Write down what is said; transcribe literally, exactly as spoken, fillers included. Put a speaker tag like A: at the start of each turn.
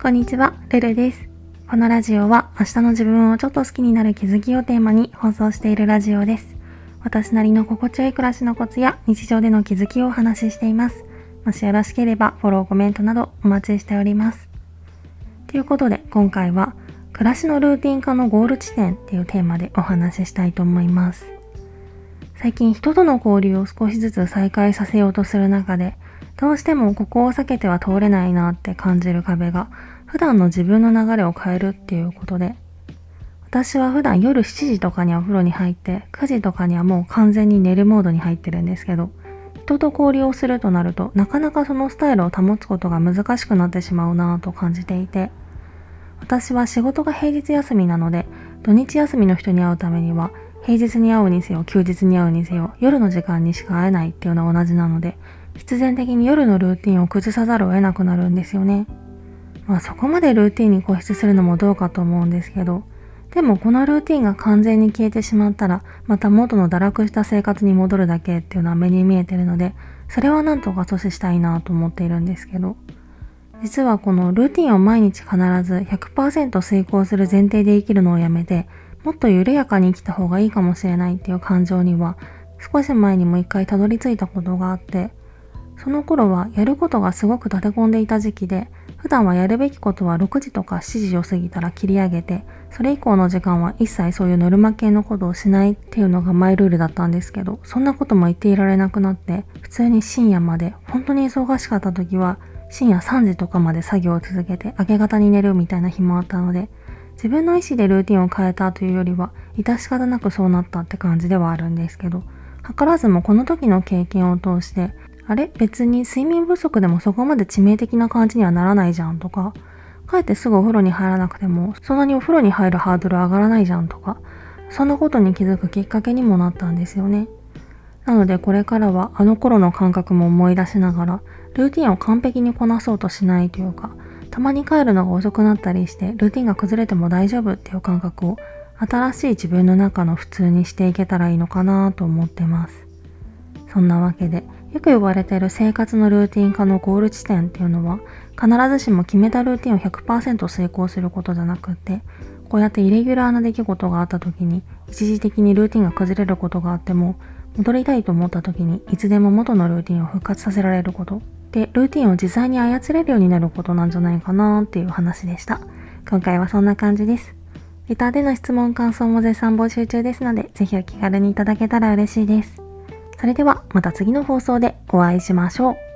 A: こんにちは、ルルです。このラジオは明日の自分をちょっと好きになる気づきをテーマに放送しているラジオです。私なりの心地よい暮らしのコツや日常での気づきをお話ししています。もしよろしければフォロー、コメントなどお待ちしております。ということで今回は暮らしのルーティン化のゴール地点っていうテーマでお話ししたいと思います。最近人との交流を少しずつ再開させようとする中で、どうしてもここを避けては通れないなって感じる壁が、普段の自分の流れを変えるっていうことで、私は普段夜しちじとかにはお風呂に入って、くじとかにはもう完全に寝るモードに入ってるんですけど、人と交流をするとなると、なかなかそのスタイルを保つことが難しくなってしまうなぁと感じていて、私は仕事が平日休みなので、土日休みの人に会うためには、平日に会うにせよ、休日に会うにせよ、夜の時間にしか会えないっていうのは同じなので、必然的に夜のルーティンを崩さざるを得なくなるんですよね。まあそこまでルーティンに固執するのもどうかと思うんですけど、でもこのルーティンが完全に消えてしまったら、また元の堕落した生活に戻るだけっていうのは目に見えてるので、それはなんとか阻止したいなと思っているんですけど、実はこのルーティンを毎日必ず ひゃくパーセント 遂行する前提で生きるのをやめて、もっと緩やかに生きた方がいいかもしれないっていう感情には、少し前にも一回たどり着いたことがあって、その頃はやることがすごく立て込んでいた時期で、普段はやるべきことはろくじとかしちじを過ぎたら切り上げて、それ以降の時間は一切そういうノルマ系のことをしないっていうのがマイルールだったんですけど、そんなことも言っていられなくなって、普通に深夜まで、本当に忙しかった時は、深夜さんじとかまで作業を続けて明け方に寝るみたいな日もあったので、自分の意思でルーティンを変えたというよりは、致し方なくそうなったって感じではあるんですけど、図らずもこの時の経験を通して、あれ別に睡眠不足でもそこまで致命的な感じにはならないじゃんとか、帰ってすぐお風呂に入らなくても、そんなにお風呂に入るハードル上がらないじゃんとか、そんなことに気づくきっかけにもなったんですよね。なのでこれからはあの頃の感覚も思い出しながら、ルーティンを完璧にこなそうとしないというか、たまに帰るのが遅くなったりして、ルーティンが崩れても大丈夫っていう感覚を、新しい自分の中の普通にしていけたらいいのかなと思ってます。そんなわけで、よく言われている生活のルーティン化のゴール地点っていうのは、必ずしも決めたルーティンを ひゃくパーセント 遂行することじゃなくって、こうやってイレギュラーな出来事があった時に、一時的にルーティンが崩れることがあっても、戻りたいと思った時にいつでも元のルーティンを復活させられること。で、ルーティンを自在に操れるようになることなんじゃないかなっていう話でした。今回はそんな感じです。レターでの質問感想も絶賛募集中ですので、ぜひお気軽にいただけたら嬉しいです。それではまた次の放送でお会いしましょう。